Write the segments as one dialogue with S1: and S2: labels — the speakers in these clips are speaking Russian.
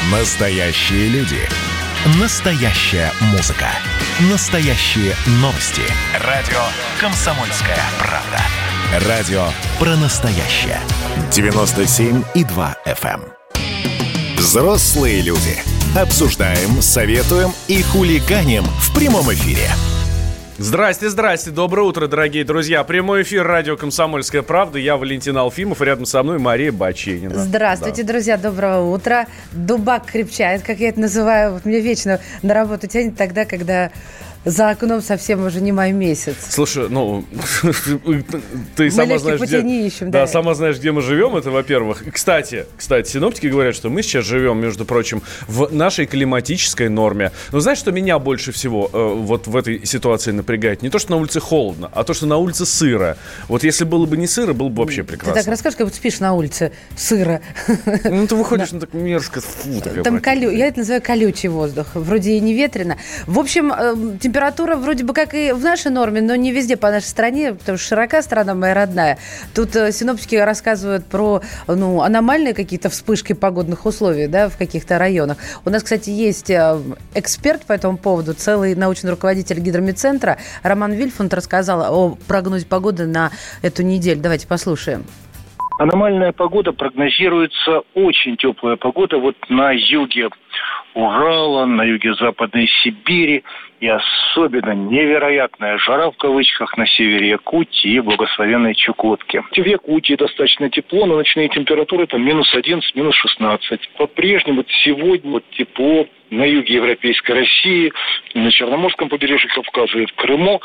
S1: Настоящие люди. Настоящая музыка. Настоящие новости. Радио «Комсомольская правда». Радио про настоящее. 97,2 FM. Взрослые люди. Обсуждаем, советуем и хулиганим в прямом эфире.
S2: Здрасте, доброе утро, дорогие друзья. Прямой эфир радио «Комсомольская правда». Я Валентин Алфимов, рядом со мной Мария Баченина.
S3: Здравствуйте, друзья, доброго утра. Дубак крепчает, как я это называю. Вот мне вечно на работу тянет тогда, когда за окном совсем уже не май месяц.
S2: Слушай, ты сама знаешь, где...
S3: ищем,
S2: да, сама знаешь, где мы живем, это во-первых. Кстати, синоптики говорят, что мы сейчас живем, между прочим, в нашей климатической норме. Но знаешь, что меня больше всего вот в этой ситуации напрягает? Не то, что на улице холодно, а то, что на улице сыро. Вот если было бы не сыро, было бы вообще прекрасно.
S3: Ты так расскажешь, как будто спишь на улице сыро.
S2: Ну, ты выходишь, так мерзко.
S3: Там я это называю колючий воздух. Вроде и не ветрено. В общем, температура вроде бы как и в нашей норме, но не везде по нашей стране, потому что широка страна моя родная. Тут синоптики рассказывают про аномальные какие-то вспышки погодных условий, да, в каких-то районах. У нас, кстати, есть эксперт по этому поводу, целый научный руководитель гидрометцентра Роман Вильфанд рассказал о прогнозе погоды на эту неделю. Давайте послушаем.
S4: Аномальная погода прогнозируется, очень теплая погода вот на юге Урала, на юге Западной Сибири и особенно невероятная жара в кавычках на севере Якутии и благословенной Чукотки. В Якутии достаточно тепло, но ночные температуры там минус 11, минус 16. По-прежнему сегодня тепло на юге Европейской России, на Черноморском побережье Кавказа и в Крыму.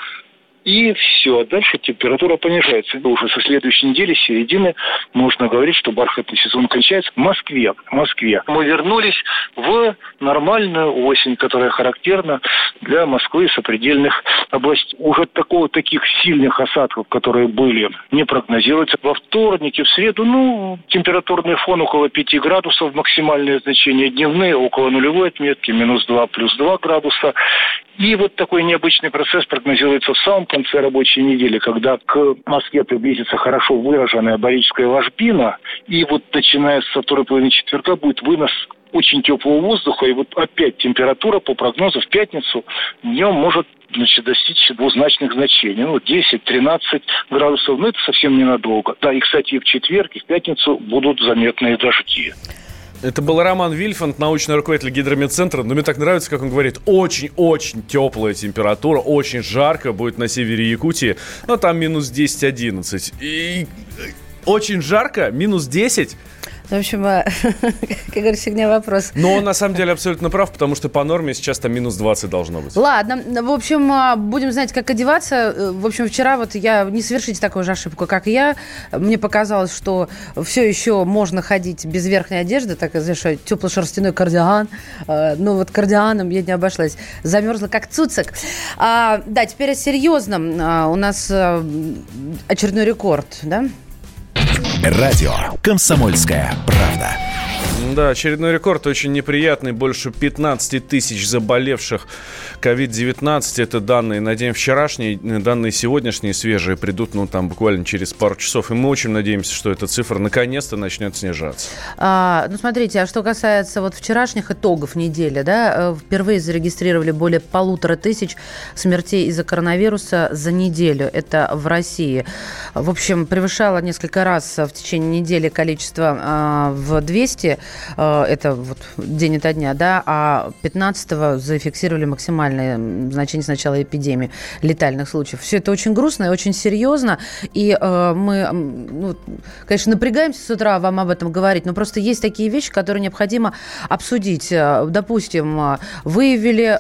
S4: И все, а дальше температура понижается. Уже со следующей недели, середины, можно говорить, что бархатный сезон кончается в Москве. Мы вернулись в нормальную осень, которая характерна для Москвы и сопредельных областей. Уже таких сильных осадков, которые были, не прогнозируется. Во вторник и в среду, температурный фон около 5 градусов, максимальные значения дневные, около нулевой отметки, минус 2, плюс 2 градуса. И вот такой необычный процесс прогнозируется в самом конце рабочей недели, когда к Москве приблизится хорошо выраженная барическая ложбина, и вот начиная с второй половины четверга будет вынос очень теплого воздуха, и вот опять температура по прогнозу в пятницу днем может достичь двузначных значений. 10-13 градусов, но это совсем ненадолго. Да, и, кстати, и в четверг, и в пятницу будут заметные дожди.
S2: Это был Роман Вильфанд, научный руководитель гидрометцентра. Но мне так нравится, как он говорит, очень-очень теплая температура, очень жарко будет на севере Якутии. Но там минус 10-11. И очень жарко, минус 10.
S3: В общем, как говорится, фигня вопрос.
S2: Но он на самом деле абсолютно прав, потому что по норме сейчас там минус 20 должно быть.
S3: Ладно, в общем, будем знать, как одеваться. В общем, вчера не совершите такую же ошибку, как я. Мне показалось, что все еще можно ходить без верхней одежды, так, знаешь, тепло-шерстяной кардиган. Но вот кардиганом я не обошлась. Замерзла, как цуцик. Да, теперь о серьезном. У нас очередной рекорд, да?
S1: Радио «Комсомольская правда».
S2: Да, очередной рекорд, очень неприятный. Больше 15 тысяч заболевших COVID-19. Это данные на день вчерашний. Данные сегодняшние, свежие, придут, там буквально через пару часов. И мы очень надеемся, что эта цифра наконец-то начнет снижаться.
S3: Смотрите, а что касается вчерашних итогов недели, да, впервые зарегистрировали более 1500 смертей из-за коронавируса за неделю. Это в России. В общем, превышало несколько раз в течение недели количество в 200. Это день ото дня, да, а 15-го зафиксировали максимальное значение с начала эпидемии летальных случаев. Все это очень грустно и очень серьезно, и мы, конечно, напрягаемся с утра вам об этом говорить, но просто есть такие вещи, которые необходимо обсудить. Допустим, выявили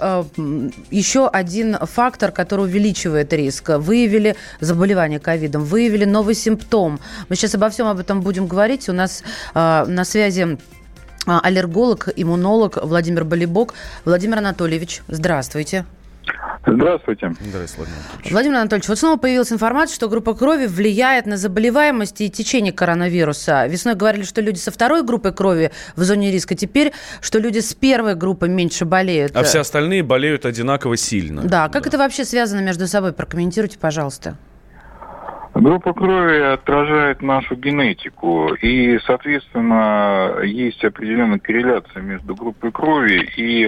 S3: еще один фактор, который увеличивает риск. Выявили заболевание ковидом, выявили новый симптом. Мы сейчас обо всем об этом будем говорить. У нас на связи аллерголог, иммунолог Владимир Болибок. Владимир Анатольевич, здравствуйте.
S5: Здравствуйте.
S3: Владимир Анатольевич, снова появилась информация, что группа крови влияет на заболеваемость и течение коронавируса. Весной говорили, что люди со второй группой крови в зоне риска. Теперь, что люди с первой группой меньше болеют.
S2: А все остальные болеют одинаково сильно.
S3: Да, как это вообще связано между собой? Прокомментируйте, пожалуйста.
S5: Группа крови отражает нашу генетику, и, соответственно, есть определенная корреляция между группой крови и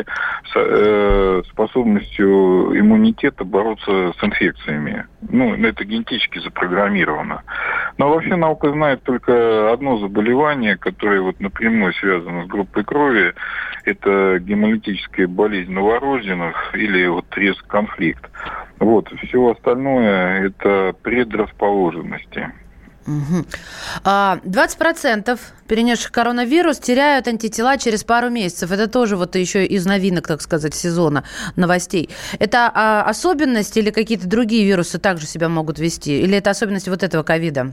S5: способностью иммунитета бороться с инфекциями. Это генетически запрограммировано. Но вообще наука знает только одно заболевание, которое напрямую связано с группой крови. Это гемолитическая болезнь новорожденных или резкий конфликт. Все остальное – это предрасположенности.
S3: 20% перенесших коронавирус теряют антитела через пару месяцев. Это тоже еще из новинок, так сказать, сезона новостей. Это особенности или какие-то другие вирусы также себя могут вести? Или это особенность этого ковида?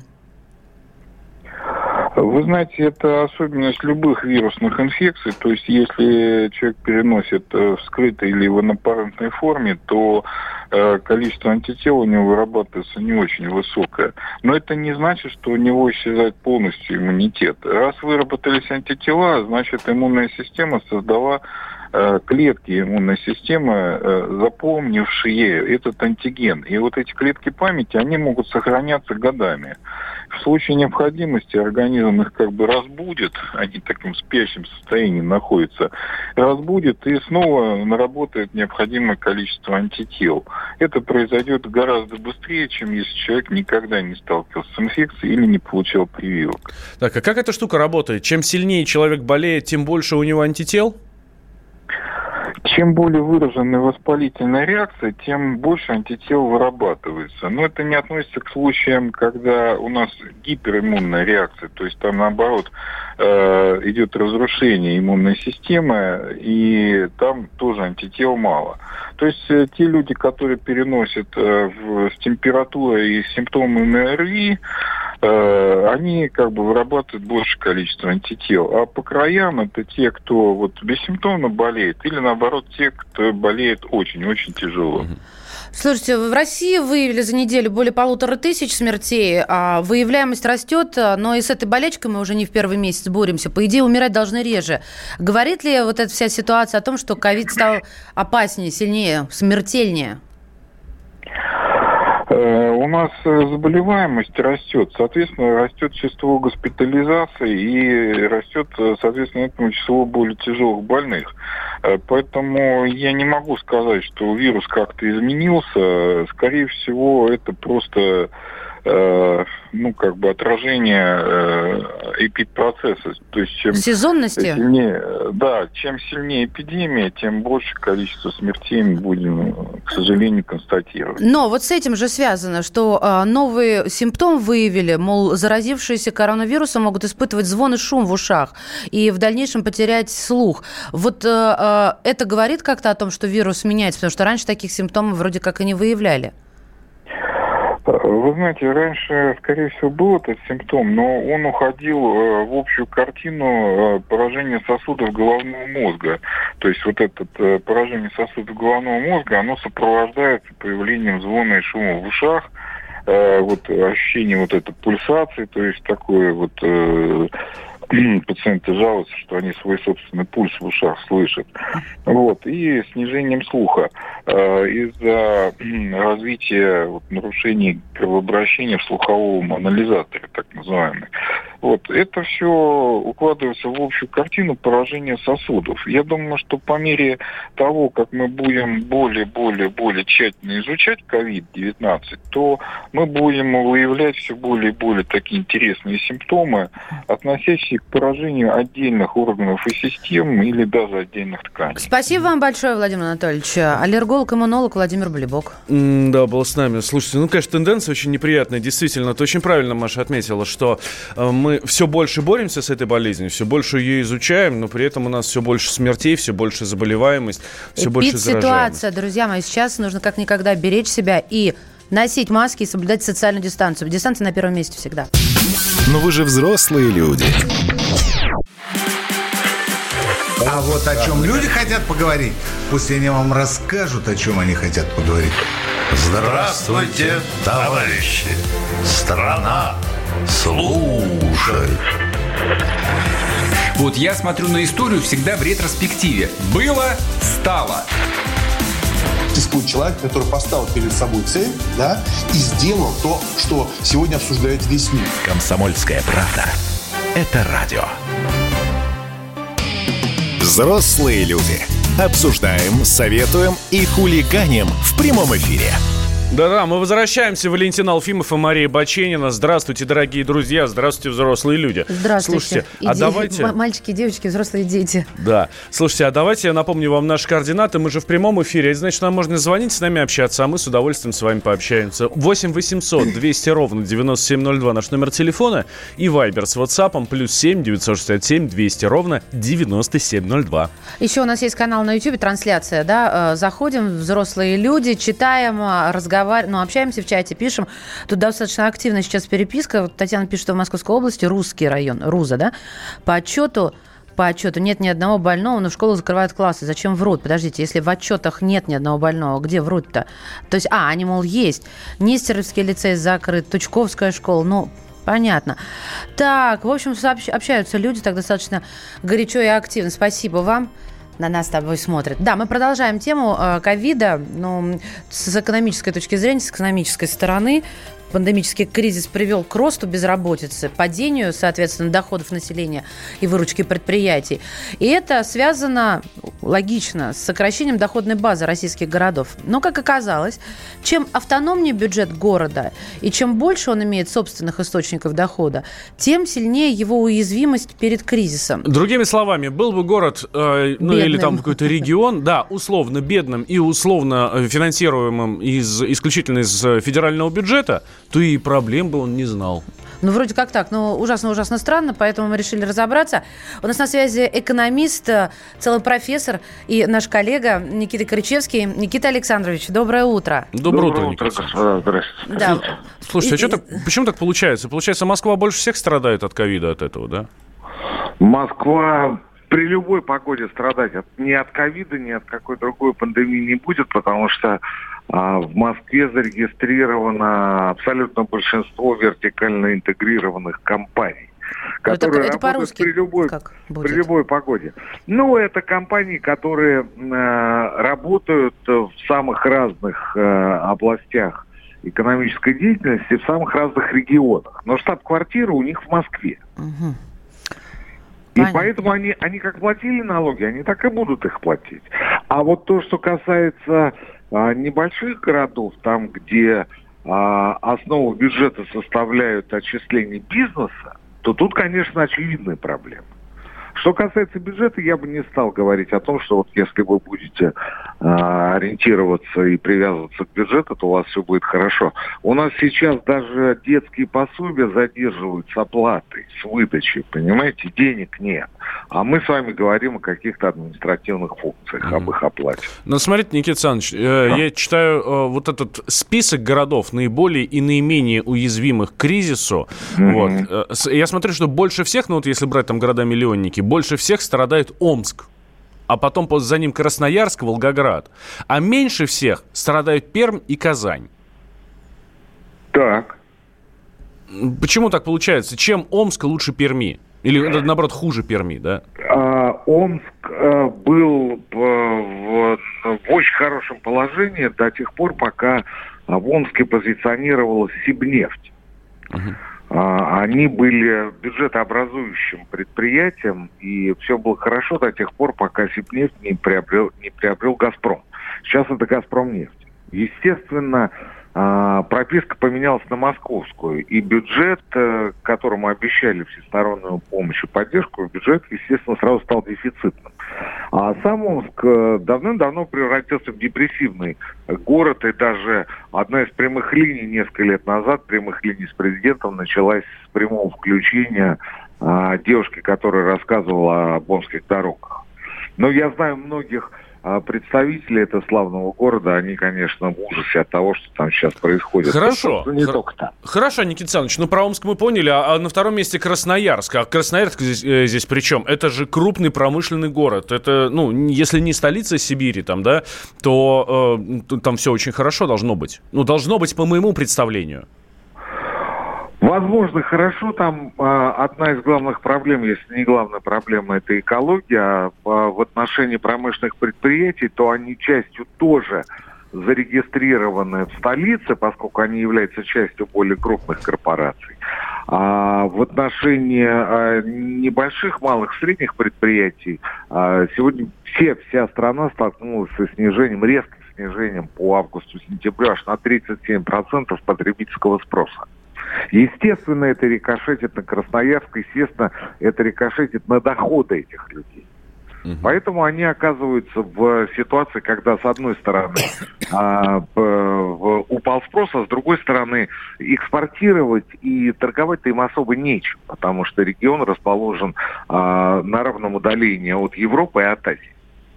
S5: Вы знаете, это особенность любых вирусных инфекций. То есть, если человек переносит в скрытой или в однопарентной форме, то количество антител у него вырабатывается не очень высокое. Но это не значит, что у него исчезает полностью иммунитет. Раз выработались антитела, значит, иммунная система создала клетки иммунной системы, запомнившие этот антиген. И эти клетки памяти, они могут сохраняться годами. В случае необходимости организм их разбудит, они в таком спящем состоянии находятся, разбудит и снова наработает необходимое количество антител. Это произойдет гораздо быстрее, чем если человек никогда не сталкивался с инфекцией или не получал прививок.
S2: Так, а как эта штука работает? Чем сильнее человек болеет, тем больше у него антител?
S5: Чем более выраженная воспалительная реакция, тем больше антител вырабатывается. Но это не относится к случаям, когда у нас гипериммунная реакция, то есть там наоборот идет разрушение иммунной системы, и там тоже антител мало. То есть те люди, которые переносят с температурой и симптомами ОРВИ, они вырабатывают большее количество антител. А по краям это те, кто бессимптомно болеет, или наоборот те, кто болеет очень-очень тяжело.
S3: Слушайте, в России выявили за неделю более 1500 смертей, а выявляемость растет, но и с этой болячкой мы уже не в первый месяц боремся. По идее, умирать должны реже. Говорит ли эта вся ситуация о том, что ковид стал опаснее, сильнее, смертельнее?
S5: У нас заболеваемость растет, соответственно, растет число госпитализаций и растет, соответственно, этому число более тяжелых больных. Поэтому я не могу сказать, что вирус как-то изменился. Скорее всего, это просто отражение эпидпроцесса. То есть, чем
S3: сезонности?
S5: Чем сильнее эпидемия, тем больше количество смертей мы будем, к сожалению, констатировать.
S3: Но с этим же связано, что новый симптом выявили, мол, заразившиеся коронавирусом могут испытывать звон и шум в ушах и в дальнейшем потерять слух. Это говорит как-то о том, что вирус меняется, потому что раньше таких симптомов вроде как и не выявляли.
S5: Вы знаете, раньше, скорее всего, был этот симптом, но он уходил в общую картину поражения сосудов головного мозга. То есть это поражение сосудов головного мозга, оно сопровождается появлением звона и шума в ушах, ощущение этой пульсации, то есть такое пациенты жалуются, что они свой собственный пульс в ушах слышат. И снижением слуха из-за развития нарушений кровообращения в слуховом анализаторе, так называемый. Это все укладывается в общую картину поражения сосудов. Я думаю, что по мере того, как мы будем более тщательно изучать COVID-19, то мы будем выявлять все более и более такие интересные симптомы, относящиеся к поражению отдельных органов и систем или даже отдельных тканей.
S3: Спасибо вам большое, Владимир Анатольевич. Аллерголог-иммунолог Владимир Болибок.
S2: Да, был с нами. Слушайте, конечно, тенденция очень неприятная. Действительно, ты очень правильно, Маша, отметила, что мы все больше боремся с этой болезнью, все больше ее изучаем, но при этом у нас все больше смертей, все больше заболеваемость, все больше заражаемость.
S3: Ситуация, друзья мои, сейчас нужно как никогда беречь себя и носить маски и соблюдать социальную дистанцию. Дистанция на первом месте всегда.
S1: Но вы же взрослые люди.
S6: А о чем люди хотят поговорить, пусть они вам расскажут, о чем они хотят поговорить.
S7: Здравствуйте, товарищи! Страна слушает.
S8: Я смотрю на историю всегда в ретроспективе. Было, стало. Существует человек, который поставил перед собой цель, да, и сделал то, что сегодня обсуждает весь мир.
S1: «Комсомольская правда». Это радио. Взрослые люди. Обсуждаем, советуем и хулиганим в прямом эфире.
S2: Да-да, мы возвращаемся. Валентин Алфимов и Мария Баченина. Здравствуйте, дорогие друзья. Здравствуйте, взрослые люди.
S3: Здравствуйте.
S2: Слушайте, давайте...
S3: Мальчики, девочки, взрослые дети.
S2: Да. Слушайте, а давайте я напомню вам наши координаты. Мы же в прямом эфире. Это значит, нам можно звонить, с нами общаться, а мы с удовольствием с вами пообщаемся. 8 800 200 ровно 9702 наш номер телефона. И Вайбер с WhatsApp +7 967 200 ровно 9702.
S3: Еще у нас есть канал на YouTube, трансляция, да. Заходим, взрослые люди, читаем, разговариваем, общаемся в чате, пишем. Тут достаточно активная сейчас переписка. Вот Татьяна пишет, что в Московской области Русский район, Руза, да, по отчету нет ни одного больного, но в школу закрывают классы. Зачем врут? Подождите, если в отчетах нет ни одного больного, где врут-то? То есть, они, мол, есть. Нестеровский лицей закрыт, Тучковская школа, понятно. Так, в общем, общаются люди так достаточно горячо и активно. Спасибо вам. На нас с тобой смотрят. Да, мы продолжаем тему ковида. С экономической точки зрения, с экономической стороны. Пандемический кризис привел к росту безработицы, падению, соответственно, доходов населения и выручки предприятий. И это связано, логично, с сокращением доходной базы российских городов. Но, как оказалось, чем автономнее бюджет города и чем больше он имеет собственных источников дохода, тем сильнее его уязвимость перед кризисом.
S2: Другими словами, был бы город, или там какой-то регион, да, условно бедным и условно финансируемым исключительно из федерального бюджета, то и проблем бы он не знал.
S3: Вроде как так. Ужасно-ужасно странно, поэтому мы решили разобраться. У нас на связи экономист, целый профессор и наш коллега Никита Крычевский. Никита Александрович, доброе утро.
S2: Доброе утро, Никита.
S5: Здравствуйте.
S3: Да.
S2: Слушайте, почему так получается? Получается, Москва больше всех страдает от ковида, от этого, да?
S5: Москва при любой погоде страдать ни от ковида, ни от какой другой пандемии не будет, потому что в Москве зарегистрировано абсолютно большинство вертикально интегрированных компаний, которые
S3: это
S5: работают при любой погоде. Это компании, которые работают в самых разных областях экономической деятельности, в самых разных регионах. Но штаб-квартира у них в Москве.
S3: Угу.
S5: И поэтому они как платили налоги, они так и будут их платить. А вот то, что касается небольших городов, там, где основу бюджета составляют отчисления бизнеса, то тут, конечно, очевидные проблемы. Что касается бюджета, я бы не стал говорить о том, что если вы будете ориентироваться и привязываться к бюджету, то у вас все будет хорошо. У нас сейчас даже детские пособия задерживают с оплатой, с выдачей, понимаете, денег нет. А мы с вами говорим о каких-то административных функциях, об их оплате.
S2: Смотрите, Никита Александрович, я читаю вот этот список городов, наиболее и наименее уязвимых к кризису. Я смотрю, что больше всех, если брать там города-миллионники, больше всех страдает Омск, а потом за ним Красноярск, Волгоград. А меньше всех страдают Пермь и Казань.
S5: Так.
S2: Почему так получается? Чем Омск лучше Перми? Или, наоборот, хуже Перми, да?
S5: Омск был в очень хорошем положении до тех пор, пока в Омске позиционировалась Сибнефть. Они были бюджетообразующим предприятием, и все было хорошо до тех пор, пока Сибнефть не приобрел «Газпром». Сейчас это «Газпромнефть». Естественно, прописка поменялась на московскую, и бюджет, которому обещали всестороннюю помощь и поддержку, бюджет, естественно, сразу стал дефицитным. А сам Омск давным-давно превратился в депрессивный город, и даже одна из прямых линий несколько лет назад, прямых линий с президентом, началась с прямого включения девушки, которая рассказывала об омских дорогах. Но я знаю многих представители этого славного города, они, конечно, в ужасе от того, что там сейчас происходит.
S2: Хорошо.
S5: Не только там.
S2: Хорошо, Никита Александрович, про Омск мы поняли, а на втором месте Красноярск. А Красноярск здесь при чем? Это же крупный промышленный город. Это, если не столица Сибири, там, да, то там все очень хорошо должно быть. Должно быть по моему представлению.
S5: Возможно, хорошо. Там одна из главных проблем, если не главная проблема, это экология. А в отношении промышленных предприятий, то они частью тоже
S9: зарегистрированы в столице, поскольку они являются частью более крупных корпораций. А в отношении небольших, малых, средних предприятий сегодня вся страна столкнулась со снижением, резким снижением по августу-сентябрю аж на 37% потребительского спроса. Естественно, это рикошетит на Красноярск, естественно, это рикошетит на доходы этих людей. Поэтому они оказываются в ситуации, когда, с одной стороны, упал спрос, а с другой стороны, экспортировать и торговать-то им особо нечем, потому что регион расположен на равном удалении от Европы и от Азии.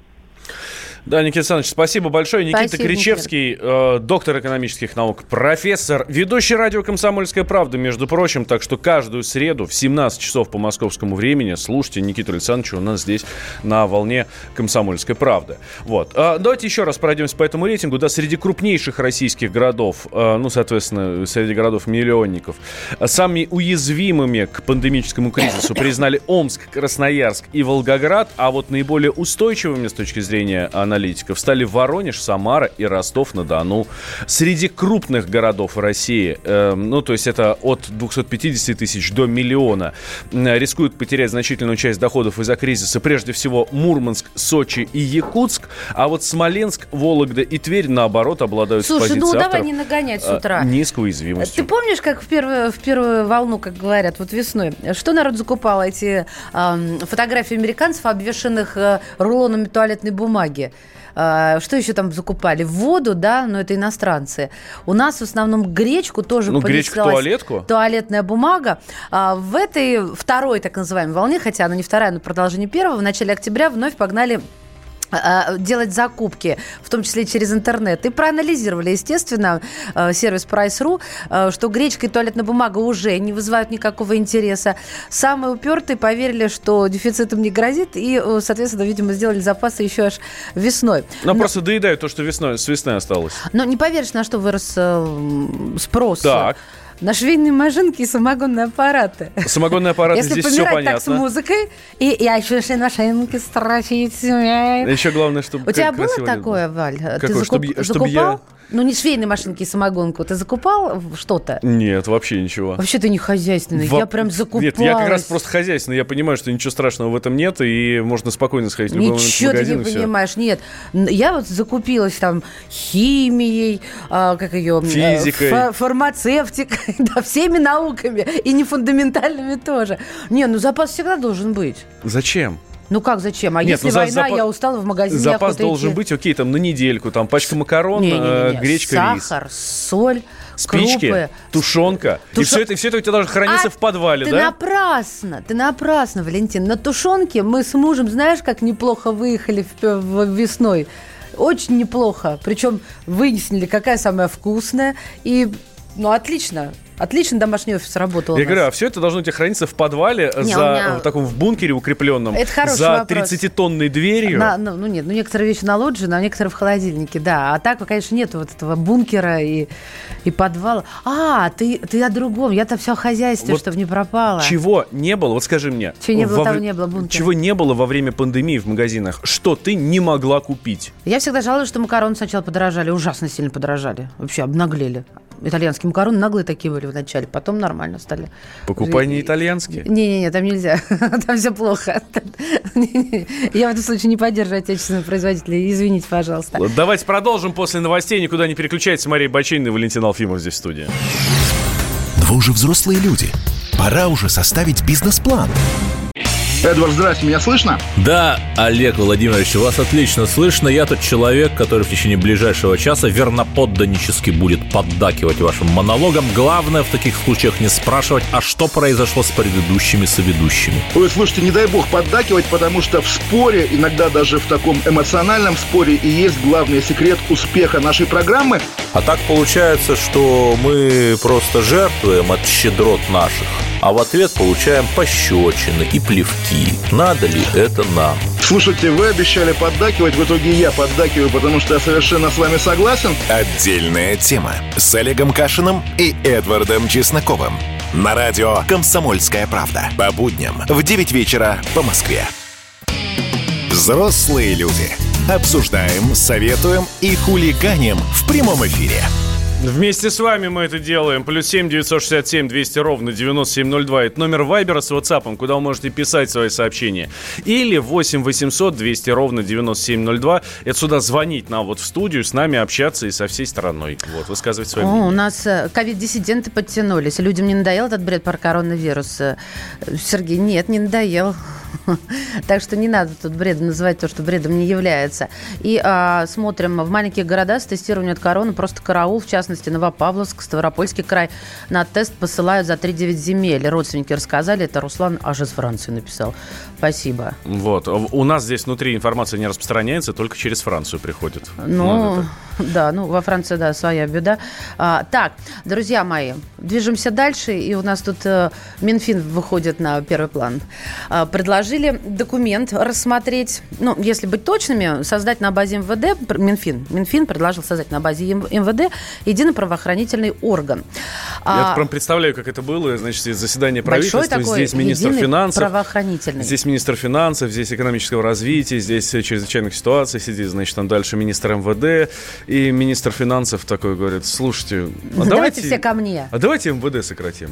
S2: Да, Никита Александрович, спасибо большое. Никита
S3: Спасибо,
S2: Кричевский, доктор экономических наук, профессор, ведущий радио «Комсомольская правда», между прочим. Так что каждую среду в 17 часов по московскому времени слушайте Никиту Александровича у нас здесь на волне «Комсомольской правды». Вот. Давайте еще раз пройдемся по этому рейтингу. Да, среди крупнейших российских городов, соответственно, среди городов-миллионников, самыми уязвимыми к пандемическому кризису признали Омск, Красноярск и Волгоград, а вот наиболее устойчивыми с точки зрения аналитиков стали Воронеж, Самара и Ростов-на-Дону. Среди крупных городов России, то есть это от 250 тысяч до миллиона, рискуют потерять значительную часть доходов из-за кризиса прежде всего Мурманск, Сочи и Якутск, а вот Смоленск, Вологда и Тверь, наоборот, обладают с позиции авторов
S3: давай не нагонять с утра.
S2: Низкой уязвимостью.
S3: Ты помнишь, как в первую волну, как говорят, вот весной, что народ закупал? Эти фотографии американцев, обвешанных рулонами туалетной бумаги. Что еще там закупали? Воду, да, но это иностранцы. У нас в основном гречку тоже
S2: понеслась. Туалетку?
S3: Туалетная бумага. В этой второй так называемой волне, хотя она не вторая, но продолжение первого, в начале октября вновь погнали делать закупки, в том числе через интернет. И проанализировали, естественно, сервис Price.ru, что гречка и туалетная бумага уже не вызывают никакого интереса. Самые упертые поверили, что дефицитом не грозит, и, соответственно, видимо, сделали запасы еще аж весной.
S2: Но просто доедают то, что с весны осталось.
S3: Но не поверишь, на что вырос спрос.
S2: Так.
S3: На швейные машинки и самогонные аппараты.
S2: Самогонные аппараты здесь все понятно.
S3: Если помирать так с музыкой, и еще швейные машинки строчить.
S2: Еще главное, чтобы...
S3: У тебя было такое, Валь?
S2: Какое?
S3: Ты закупал? Ну, не швейные машинки и самогонку. Ты закупал что-то?
S2: Нет, вообще ничего.
S3: Вообще ты не хозяйственный. Я прям закупалась.
S2: Нет, я как раз просто хозяйственный. Я понимаю, что ничего страшного в этом нет, и можно спокойно сходить в любой момент в магазин.
S3: Ничего ты не понимаешь. Нет. Я вот закупилась там химией, как ее...
S2: Физикой.
S3: Фармацевтикой, да, всеми науками. И нефундаментальными тоже. Не, запас всегда должен быть.
S2: Зачем?
S3: Ну как, зачем? Если война, я устала в магазине.
S2: Запас должен быть, окей, там на недельку, там пачка макарон, гречка, рис.
S3: Сахар, соль,
S2: спички,
S3: крупы,
S2: тушенка. И все это у тебя должно храниться в подвале, да?
S3: Ты напрасно, Валентин. На тушенке мы с мужем, знаешь, как неплохо выехали весной. Очень неплохо. Причем выяснили, какая самая вкусная. И, отлично. Отлично домашний офис работал.
S2: Я говорю, а все это должно у тебя храниться в подвале, в таком в бункере укрепленном, за 30-тонной дверью.
S3: Некоторые вещи на лоджии, а некоторые в холодильнике, да. А так, конечно, нет вот этого бункера и подвала. Ты о другом. Я-то все о хозяйстве, вот чтобы не пропало.
S2: Чего не было? Вот скажи мне.
S3: Чего не было, того не было, бункера.
S2: Чего не было во время пандемии в магазинах? Что ты не могла купить?
S3: Я всегда жалуюсь, что макароны сначала подорожали, ужасно сильно подорожали. Вообще обнаглели. Итальянские макароны наглые такие были вначале, потом нормально стали.
S2: Покупай не итальянские.
S3: Не, там нельзя. Там все плохо. Я в этом случае не поддерживаю отечественных производителей. Извините, пожалуйста.
S2: Давайте продолжим после новостей. Никуда не переключайтесь. Мария Бачинина и Валентин Алфимов здесь в студии.
S1: Вы уже взрослые люди. Пора уже составить бизнес-план.
S8: Эдвард, здрасте, меня слышно?
S10: Да, Олег Владимирович, вас отлично слышно. Я тот человек, который в течение ближайшего часа верноподданнически будет поддакивать вашим монологам. Главное в таких случаях не спрашивать, а что произошло с предыдущими соведущими.
S8: Ой, слушайте, не дай бог поддакивать, потому что в споре, иногда даже в таком эмоциональном споре, и есть главный секрет успеха нашей программы.
S10: А так получается, что мы просто жертвуем от щедрот наших, а в ответ получаем пощечины и плевки. Надо ли это нам?
S8: Слушайте, вы обещали поддакивать, в итоге я поддакиваю, потому что я совершенно с вами согласен.
S1: Отдельная тема с Олегом Кашиным и Эдвардом Чесноковым. На радио «Комсомольская правда». По будням в 9 вечера по Москве. Взрослые люди. Обсуждаем, советуем и хулиганим в прямом эфире.
S2: Вместе с вами мы это делаем. +7 967 200 ровно 9702. Это номер Вайбера с WhatsApp, куда вы можете писать свои сообщения. Или 8 800 200 ровно 9702. Это сюда звонить нам вот в студию, с нами общаться и со всей страной. Вот, высказывать свои мнения.
S3: У нас ковид-диссиденты подтянулись. Людям не надоел этот бред про коронавирус? Сергей, нет, не надоел. Так что не надо тут бредом называть то, что бредом не является. И смотрим, в маленьких городах с тестированием от короны просто караул, в частности, Новопавловск, Ставропольский край, на тест посылают за 3-9 земель. Родственники рассказали, это Руслан аж из Франции написал. Спасибо.
S2: Вот, у нас здесь внутри информация не распространяется, только через Францию приходит.
S3: Ну, да, во Франции, да, своя беда. Так, друзья мои, движемся дальше, и у нас тут Минфин выходит на первый план. Предложили документ рассмотреть, если быть точными, создать на базе МВД, Минфин предложил создать на базе МВД единый правоохранительный орган.
S2: Я прям представляю, как это было, значит, заседание правительства, здесь министр финансов, здесь министр финансов, здесь экономического развития, здесь чрезвычайных ситуаций сидит, значит, там дальше министр МВД, и министр финансов такой говорит: слушайте,
S3: давайте все ко мне.
S2: А давайте МВД сократим.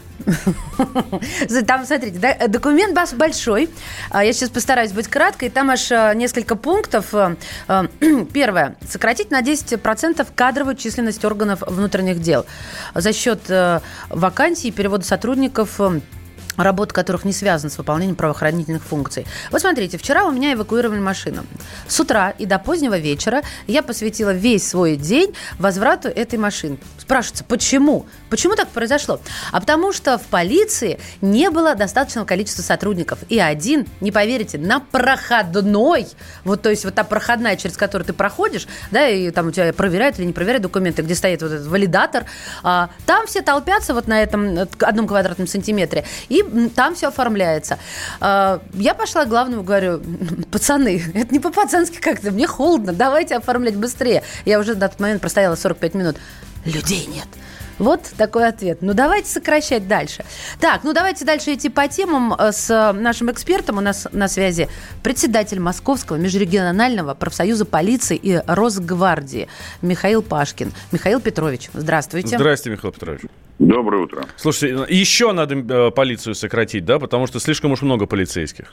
S3: Там, смотрите, документ большой. Я сейчас постараюсь быть краткой. Там аж несколько пунктов. Первое. Сократить на 10% кадровую численность органов внутренних дел за счет вакансий и перевода сотрудников, работа которых не связана с выполнением правоохранительных функций. Вот смотрите, вчера у меня эвакуировали машину. С утра и до позднего вечера я посвятила весь свой день возврату этой машины. Спрашивается, почему? Почему так произошло? А потому что в полиции не было достаточного количества сотрудников. И один, не поверите, на проходной, то есть та проходная, через которую ты проходишь, да, и там у тебя проверяют или не проверяют документы, где стоит вот этот валидатор, там все толпятся на этом 1 квадратном сантиметре, и там все оформляется. Я пошла к главному, говорю: пацаны, это не по-пацански как-то, мне холодно, давайте оформлять быстрее. Я уже на тот момент простояла 45 минут. Людей нет. Вот такой ответ. Давайте сокращать дальше. Так, давайте дальше идти по темам с нашим экспертом. У нас на связи председатель Московского межрегионального профсоюза полиции и Росгвардии Михаил Пашкин. Михаил Петрович, здравствуйте.
S2: Здравствуйте, Михаил Петрович.
S5: Доброе утро.
S2: Слушайте, еще надо полицию сократить, да? Потому что слишком уж много полицейских.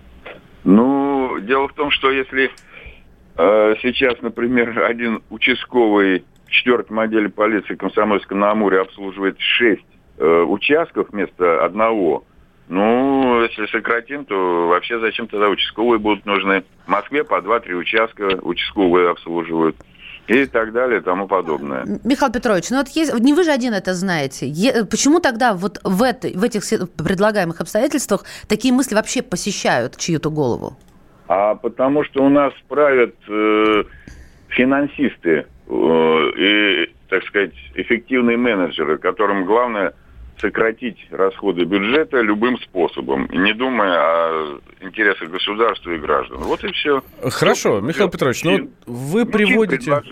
S5: Дело в том, что если сейчас, например, один участковый в 4-м отделе полиции Комсомольска-на-Амуре обслуживает 6 участков вместо одного, если сократим, то вообще зачем тогда участковые будут нужны? В Москве по 2-3 участка участковые обслуживают. И так далее, и тому подобное.
S3: Михаил Петрович, не вы же один это знаете. Почему тогда в этих предлагаемых обстоятельствах такие мысли вообще посещают чью-то голову?
S5: Потому что у нас правят финансисты и, так сказать, эффективные менеджеры, которым главное сократить расходы бюджета любым способом, не думая о интересах государства и граждан. Вот и все.
S2: Хорошо, Михаил Петрович, вы приводите...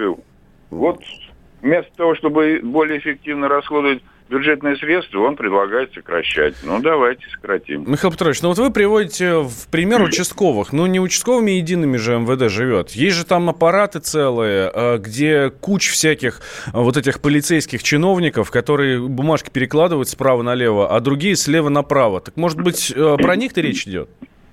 S2: Вместо того, чтобы более эффективно расходовать бюджетные средства, он предлагает сокращать. Давайте сократим. Михаил Петрович, вы приводите в пример участковых. Не участковыми едиными же МВД живет. Есть же там аппараты целые, где куча всяких этих полицейских чиновников, которые бумажки перекладывают справа налево, а другие слева направо. Так, может быть, про них-то речь идет?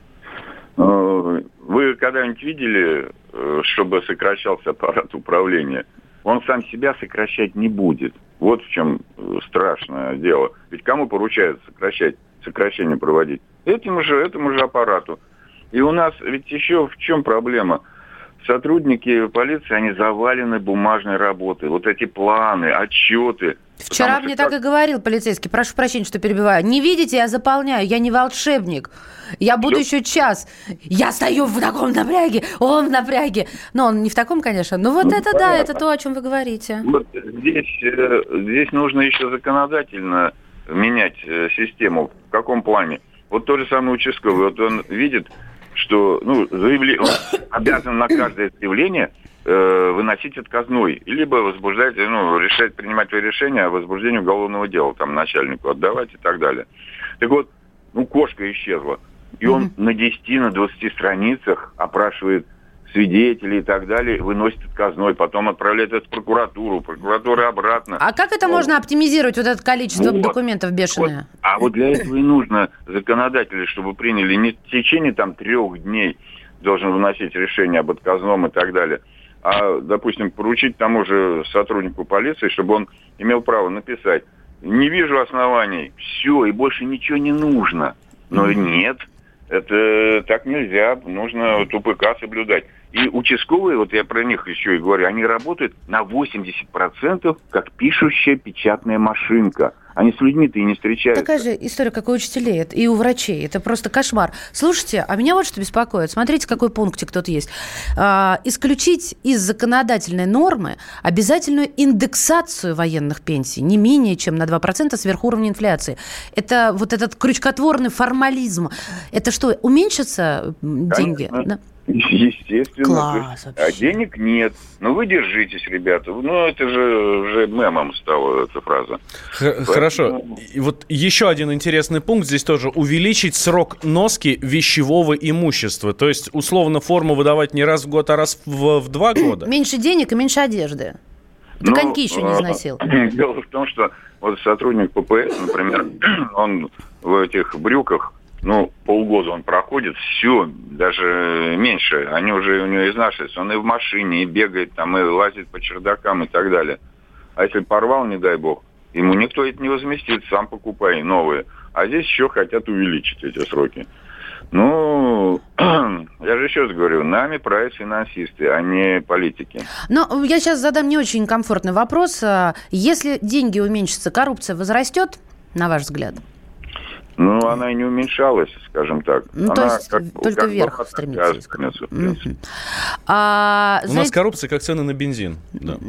S5: Вы когда-нибудь видели, чтобы сокращался аппарат управления? Он сам себя сокращать не будет. Вот в чем страшное дело. Ведь кому поручают сокращение проводить? Этому же аппарату. И у нас ведь еще в чем проблема? Сотрудники полиции, они завалены бумажной работой. Вот эти планы, отчеты.
S3: Вчера мне так и говорил полицейский, прошу прощения, что перебиваю. Не видите, я заполняю, я не волшебник. Я буду еще час. Я стою в таком напряге, он в напряге. Он не в таком, конечно. Это то, о чем вы говорите.
S5: Здесь нужно еще законодательно менять систему. В каком плане? Тот же самый участковый, он видит, что заявление, он обязан на каждое заявление выносить отказной, либо возбуждать, принимать решение о возбуждении уголовного дела, начальнику отдавать и так далее. Так вот, кошка исчезла. И он на 10, на 20 страницах опрашивает
S11: свидетелей и так далее, выносит отказной, потом отправляет это в прокуратуру, прокуратура обратно.
S3: А как это можно оптимизировать, вот это количество документов бешеное?
S11: Вот для этого и нужно законодатели, чтобы приняли не в течение 3 дней должен выносить решение об отказном и так далее, а, допустим, поручить тому же сотруднику полиции, чтобы он имел право написать: не вижу оснований, все, и больше ничего не нужно. Но нет, это так нельзя, нужно УПК соблюдать. И участковые, вот я про них еще и говорю, они работают на 80% как пишущая печатная машинка. Они с людьми-то и не встречаются.
S3: Такая же история, как у учителей и у врачей. Это просто кошмар. Слушайте, а меня вот что беспокоит. Смотрите, какой пунктик тут есть. Исключить из законодательной нормы обязательную индексацию военных пенсий не менее чем на 2% сверх уровня инфляции. Это вот этот крючкотворный формализм. Это что, уменьшатся деньги? Да?
S11: Естественно.
S3: Класс,
S11: а денег нет. Ну, вы держитесь, ребята. Ну, это же уже мемом стала эта фраза.
S2: Хорошо. И вот еще один интересный пункт. Здесь тоже увеличить срок носки вещевого имущества. То есть, условно, форму выдавать не раз в год, а раз в 2 года.
S3: Меньше денег и меньше одежды. Ты коньки еще не износил.
S11: Дело в том, что вот сотрудник ППС, например, он в этих брюках, полгода он проходит, все, даже меньше, они уже у него изнашиваются, он и в машине, и бегает там, и лазит по чердакам и так далее. А если порвал, не дай бог, ему никто это не возместит, сам покупай новые. А здесь еще хотят увеличить эти сроки. Я же еще раз говорю, нами правят финансисты, а не политики.
S3: Но я сейчас задам не очень комфортный вопрос. Если деньги уменьшатся, коррупция возрастет, на ваш взгляд?
S11: Она и не уменьшалась, скажем так.
S3: То есть только вверх стремится.
S2: У нас коррупция как цены на бензин. Да.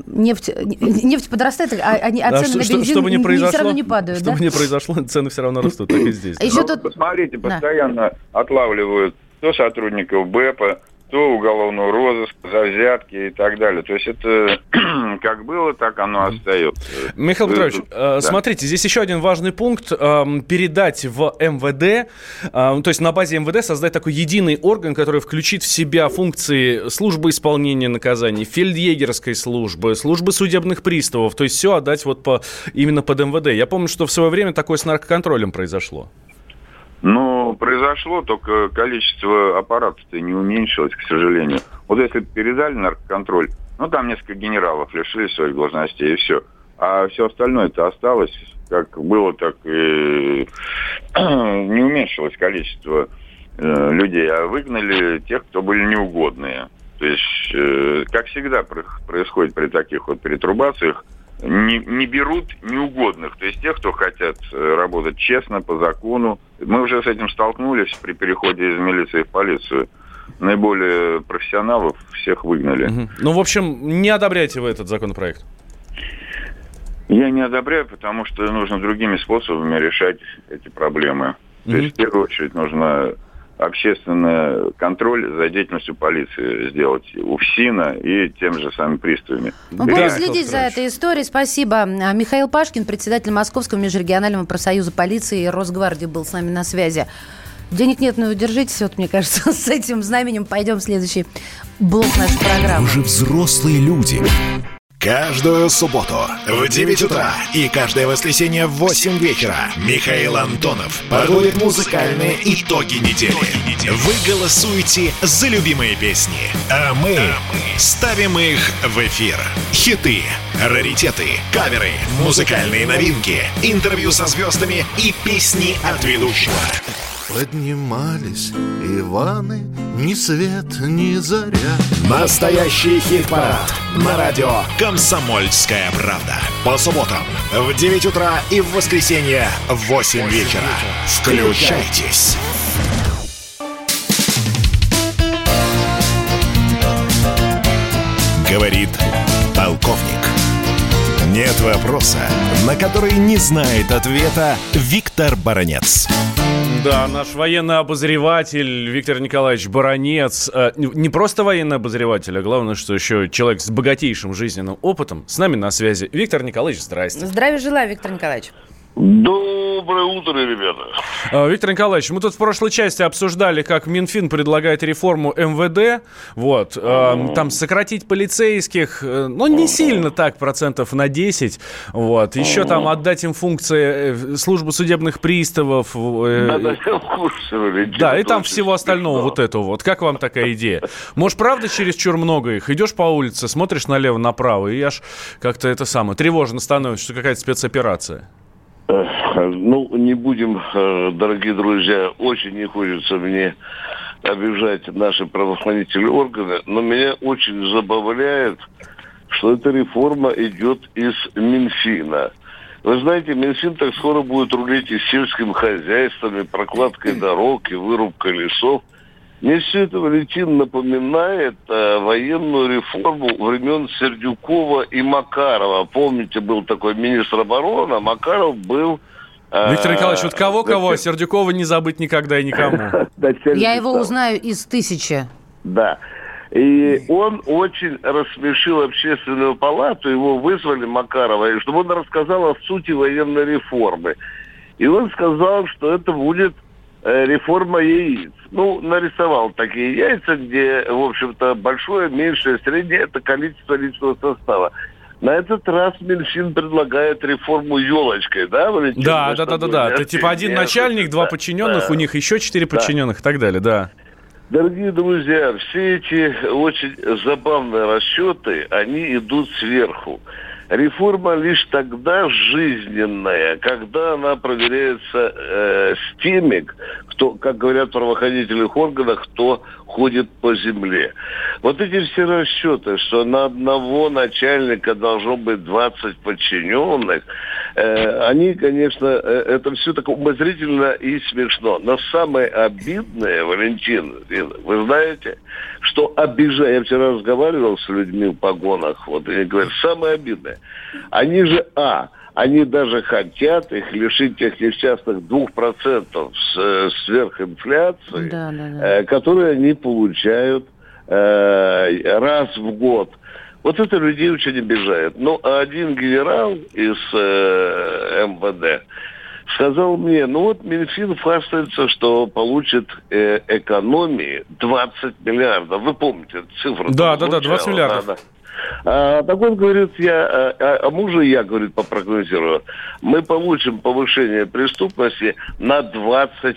S3: Нефть подрастает, а цены на бензин все равно не падают.
S2: Чтобы не произошло, цены все равно растут, так и здесь.
S11: Посмотрите, постоянно отлавливают то сотрудников БЭПа, то уголовного розыска, за взятки и так далее. То есть это как было, так оно остается.
S2: Михаил Петрович, смотрите, здесь еще один важный пункт. Передать в МВД, то есть на базе МВД создать такой единый орган, который включит в себя функции службы исполнения наказаний, фельдъегерской службы, службы судебных приставов. То есть все отдать именно под МВД. Я помню, что в свое время такое с наркоконтролем произошло.
S11: Произошло, только количество аппаратов-то не уменьшилось, к сожалению. Вот если передали наркоконтроль, там несколько генералов лишили своих должностей, и все. А все остальное-то осталось, как было, так и не уменьшилось количество людей, а выгнали тех, кто были неугодные. То есть, как всегда происходит при таких перетрубациях, не берут неугодных, то есть тех, кто хотят работать честно, по закону. Мы уже с этим столкнулись при переходе из милиции в полицию. Наиболее профессионалов всех выгнали.
S2: В общем, не одобряете вы этот законопроект?
S11: Я не одобряю, потому что нужно другими способами решать эти проблемы. То есть, в первую очередь, нужно общественный контроль за деятельностью полиции сделать у ФСИНа и тем же самым приставами.
S3: Будем следить за этой историей. Спасибо. Михаил Пашкин, председатель Московского межрегионального профсоюза полиции и Росгвардии, был с нами на связи. Денег нет, но вы держитесь. Вот, мне кажется, с этим знаменем пойдем в следующий блок нашей программы.
S1: Вы же взрослые люди. Каждую субботу в 9 утра и каждое воскресенье в 8 вечера Михаил Антонов подводит музыкальные итоги недели. Вы голосуете за любимые песни, а мы ставим их в эфир. Хиты, раритеты, каверы, музыкальные новинки, интервью со звездами и песни от ведущего.
S7: Поднимались Иваны, ни свет, ни заря.
S1: Настоящий хит-парад на радио «Комсомольская правда». По субботам в 9 утра и в воскресенье в 8 вечера. Включайтесь. Говорит полковник. Нет вопроса, на который не знает ответа Виктор Баранец.
S2: Да, наш военный обозреватель Виктор Николаевич Баранец. Не просто военный обозреватель, а главное, что еще человек с богатейшим жизненным опытом. С нами на связи. Виктор Николаевич, здрасте.
S3: Здравия желаю, Виктор Николаевич.
S12: Доброе утро, ребята.
S2: Виктор Николаевич, мы тут в прошлой части обсуждали, как Минфин предлагает реформу МВД. Вот, там сократить полицейских, ну, не сильно так, процентов на 10. Вот, еще там отдать им функции службы судебных приставов. Да, и там всего остального вот этого вот. Как вам такая идея? Может, правда, чересчур много их? Идешь по улице, смотришь налево-направо, и аж как-то это самое тревожно становится, что какая-то спецоперация.
S12: Ну, не будем, дорогие друзья, очень не хочется мне обижать наши правоохранительные органы, но меня очень забавляет, что эта реформа идет из Минфина. Вы знаете, Минфин так скоро будет рулить и сельским хозяйством, и прокладкой дорог, и вырубкой лесов. Мне все это, Валентин, напоминает военную реформу времен Сердюкова и Макарова. Помните, был такой министр обороны, а Макаров был...
S2: Виктор Николаевич, вот кого-кого, Сердюкова не забыть никогда и никому.
S3: Я его узнаю из 1000.
S12: Да. И он очень рассмешил общественную палату, его вызвали, Макарова, чтобы он рассказал о сути военной реформы. И он сказал, что это будет реформа яиц. Ну, нарисовал такие яйца, где, в общем-то, большое, меньшее, среднее – это количество личного состава. На этот раз Минфин предлагает реформу елочкой, да, Валентин?
S2: Да. Это типа один начальник, два подчиненных, у них еще 4 подчиненных и так далее, да.
S12: Дорогие друзья, все эти очень забавные расчеты, они идут сверху. Реформа лишь тогда жизненная, когда она проверяется с теми, кто, как говорят в правоохранительных органах, кто ходит по земле. Вот эти все расчеты, что на одного начальника должно быть 20 подчиненных, они, конечно, это все так умозрительно и смешно. Но самое обидное, Валентин, вы знаете, что обижает. Я вчера разговаривал с людьми в погонах, вот, и они говорят, самое обидное. Они же, они даже хотят их лишить тех несчастных 2% сверхинфляции, которые они получают раз в год. Вот это людей очень обижает. Но один генерал из МВД сказал мне, ну вот Минфин хвастается, что получит экономии 20 миллиардов. Вы помните эту цифру?
S2: Да, 20 миллиардов.
S12: Да. Так он говорит, мужа я, говорит, попрогнозирую, мы получим повышение преступности на 20%.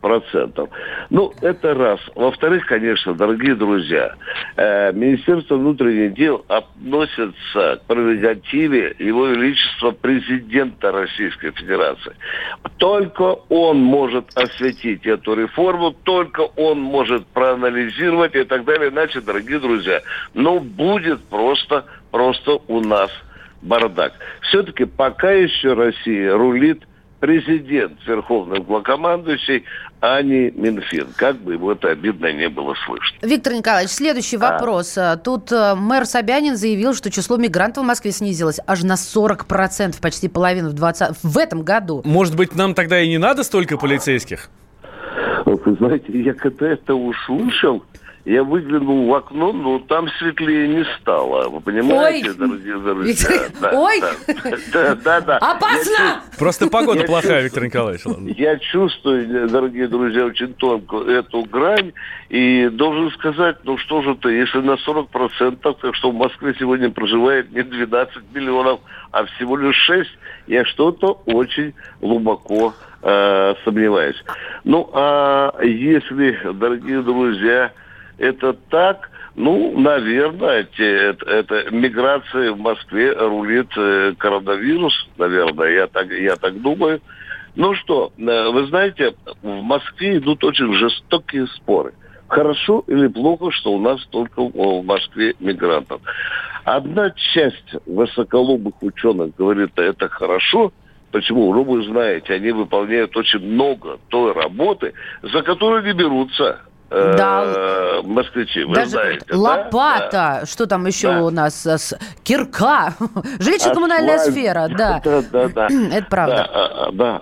S12: Ну, это раз. Во-вторых, конечно, дорогие друзья, Министерство внутренних дел относится к прерогативе Его Величества Президента Российской Федерации. Только он может осветить эту реформу, только он может проанализировать и так далее. Иначе, дорогие друзья, будет просто у нас бардак. Все-таки пока еще Россия рулит президент, верховный главнокомандующий, а не Минфин. Как бы ему это обидно не было слышно.
S3: Виктор Николаевич, следующий вопрос. Тут мэр Собянин заявил, что число мигрантов в Москве снизилось аж на 40%, почти половину в этом году.
S2: Может быть, нам тогда и не надо столько полицейских?
S12: Вы знаете, я когда это услышал, я выглянул в окно, но там светлее не стало. Вы понимаете, дорогие друзья? Да.
S3: Опасно!
S2: Просто погода плохая, Виктор Николаевич.
S12: Я чувствую, дорогие друзья, очень тонко эту грань. И должен сказать, что же-то, если на 40%, так что в Москве сегодня проживает не 12 миллионов, а всего лишь 6, я что-то очень глубоко сомневаюсь. А если, дорогие друзья, это так, наверное, это миграция в Москве рулит коронавирус, наверное, я так думаю. Вы знаете, в Москве идут очень жестокие споры. Хорошо или плохо, что у нас только в Москве мигрантов. Одна часть высоколобых ученых говорит, это хорошо. Почему? Вы знаете, они выполняют очень много той работы, за которую не берутся. Москвичи, вы
S3: даже
S12: знаете.
S3: Лопата, что там еще у нас? Кирка, жилищно-коммунальная сфера, да.
S12: Да.
S3: Это правда.
S12: Да.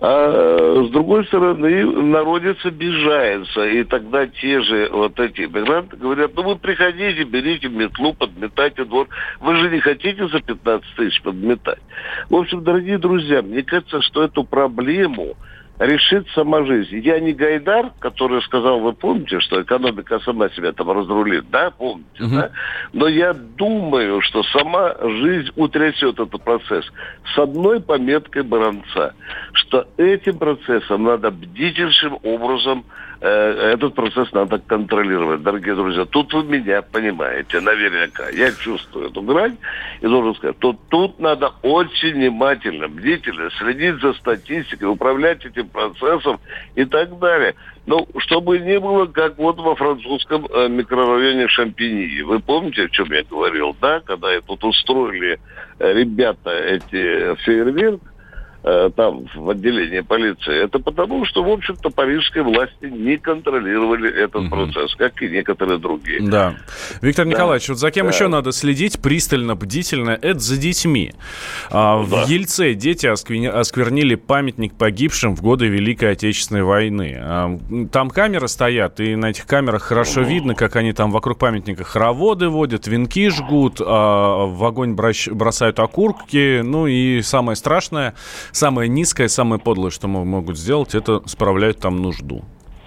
S12: А с другой стороны, народец обижается. И тогда те же вот эти мигранты говорят, ну вы приходите, берите метлу, подметайте двор. Вы же не хотите за 15 тысяч подметать. В общем, дорогие друзья, мне кажется, что эту проблему решит сама жизнь. Я не Гайдар, который сказал, вы помните, что экономика сама себя там разрулит, да, помните, да? Но я думаю, что сама жизнь утрясет этот процесс с одной пометкой Баранца, что этим процессом надо бдительным образом этот процесс надо контролировать, дорогие друзья. Тут вы меня понимаете, наверняка. Я чувствую эту грань и должен сказать, что тут надо очень внимательно, бдительно следить за статистикой, управлять этим процессом и так далее. Ну, чтобы не было, как вот во французском микрорайоне Шампиньи. Вы помните, о чем я говорил, да? Когда тут устроили ребята эти фейерверк, там, в отделении полиции, это потому, что, в общем-то, парижские власти не контролировали этот процесс, как и некоторые другие.
S2: Да. Виктор Николаевич, вот за кем еще надо следить пристально, бдительно, это за детьми. В Ельце дети осквернили памятник погибшим в годы Великой Отечественной войны. Там камеры стоят, и на этих камерах хорошо видно, как они там вокруг памятника хороводы водят, венки жгут, в огонь бросают окурки, ну и самое страшное, самое низкое, самое подлое, что могут сделать, это справляют там нужду.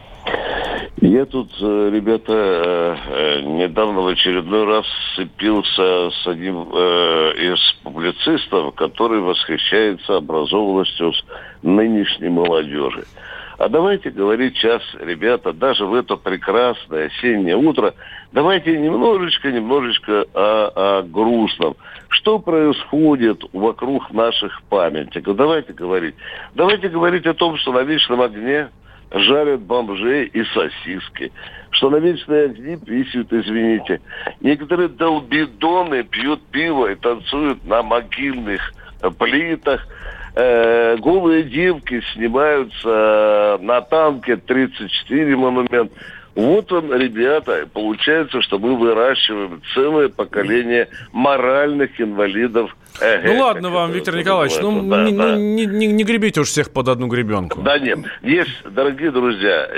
S12: Я тут, ребята, недавно в очередной раз сцепился с одним из публицистов, который восхищается образованностью нынешней молодежи. А давайте говорить сейчас, ребята, даже в это прекрасное осеннее утро, давайте немножечко о грустном. Что происходит вокруг наших памятников? Давайте говорить о том, что на вечном огне жарят бомжей и сосиски, что на вечные огни писают, извините. Некоторые долбидоны пьют пиво и танцуют на могильных плитах. Голые девки снимаются на танке 34 монумент. Вот он, ребята, получается, что мы выращиваем целое поколение моральных инвалидов.
S2: Ну ладно вам, Виктор Николаевич, не гребите уж всех под одну гребенку.
S12: Да нет, есть, дорогие друзья,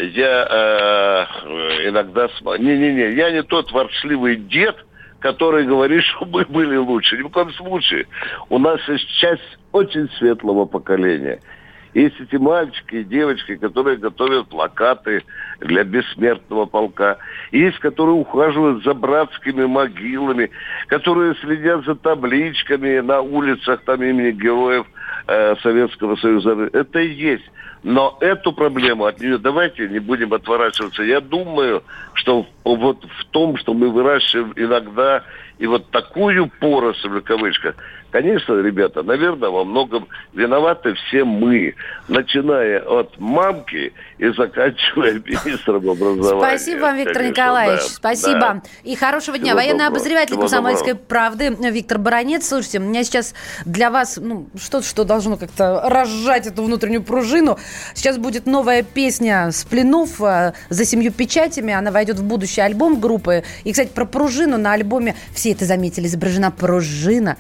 S12: я иногда... я не тот ворчливый дед, который говорит, что мы были лучше. Ни в коем случае. У нас есть часть очень светлого поколения. Есть эти мальчики и девочки, которые готовят плакаты для бессмертного полка. Есть, которые ухаживают за братскими могилами, которые следят за табличками на улицах там имени героев Советского Союза. Это и есть. Но эту проблему от нее давайте не будем отворачиваться. Я думаю, что вот в том, что мы выращиваем иногда и вот такую поросль, в кавычках, конечно, ребята, наверное, во многом виноваты все мы, начиная от мамки и заканчивая министром образования.
S3: Спасибо вам, Виктор Николаевич. Да, спасибо. Да. И хорошего дня. Военный обозреватель «Комсомольской правды» Виктор Баранец. Слушайте, у меня сейчас для вас что-то, что должно как-то разжать эту внутреннюю пружину. Сейчас будет новая песня «Сплинов» «За 7 печатями». Она войдет в будущий альбом группы. И, кстати, про пружину на альбоме, все это заметили, изображена пружина.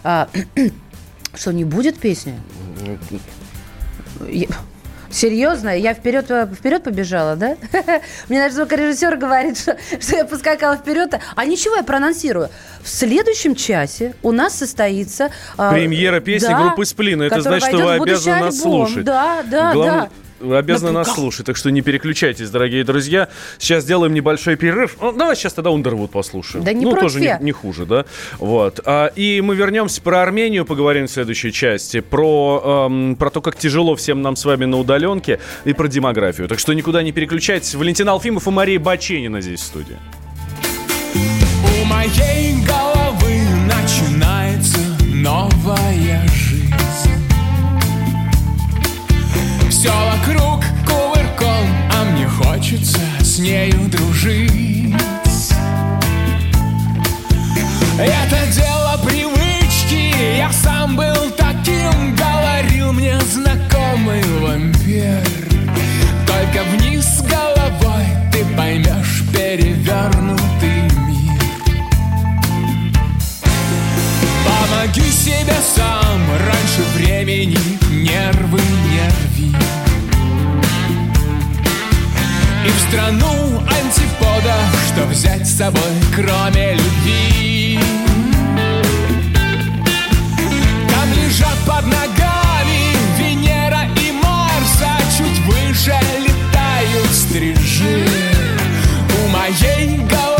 S3: Что, не будет песни? Серьезно? Я вперед побежала, да? Мне наш звукорежиссер говорит, что я поскакала вперед. А ничего, я проанонсирую. В следующем часе у нас состоится...
S2: премьера песни группы «Сплин». Это значит, что вы обязаны нас слушать.
S3: Да.
S2: Вы обязаны нас слушать, так что не переключайтесь, дорогие друзья. Сейчас сделаем небольшой перерыв. Давай сейчас тогда Underwood послушаем.
S3: Да не
S2: тоже не хуже, да? Вот. И мы вернемся про Армению, поговорим в следующей части. Про то, как тяжело всем нам с вами на удаленке, и про демографию. Так что никуда не переключайтесь. Валентин Алфимов и Мария Баченина здесь в студии.
S13: У моей головы начинается новая жизнь. Все вокруг кувырком, а мне хочется с нею дружить. Это дело привычки, я сам был таким, говорил мне знакомый вампир. Только вниз головой ты поймешь перевернутый мир. Помоги себе сам, раньше времени нервы не рви. в страну антиподов, что взять с собой, кроме любви? Там лежат под ногами Венера и Марс, а чуть выше летают стрижи. У моей головы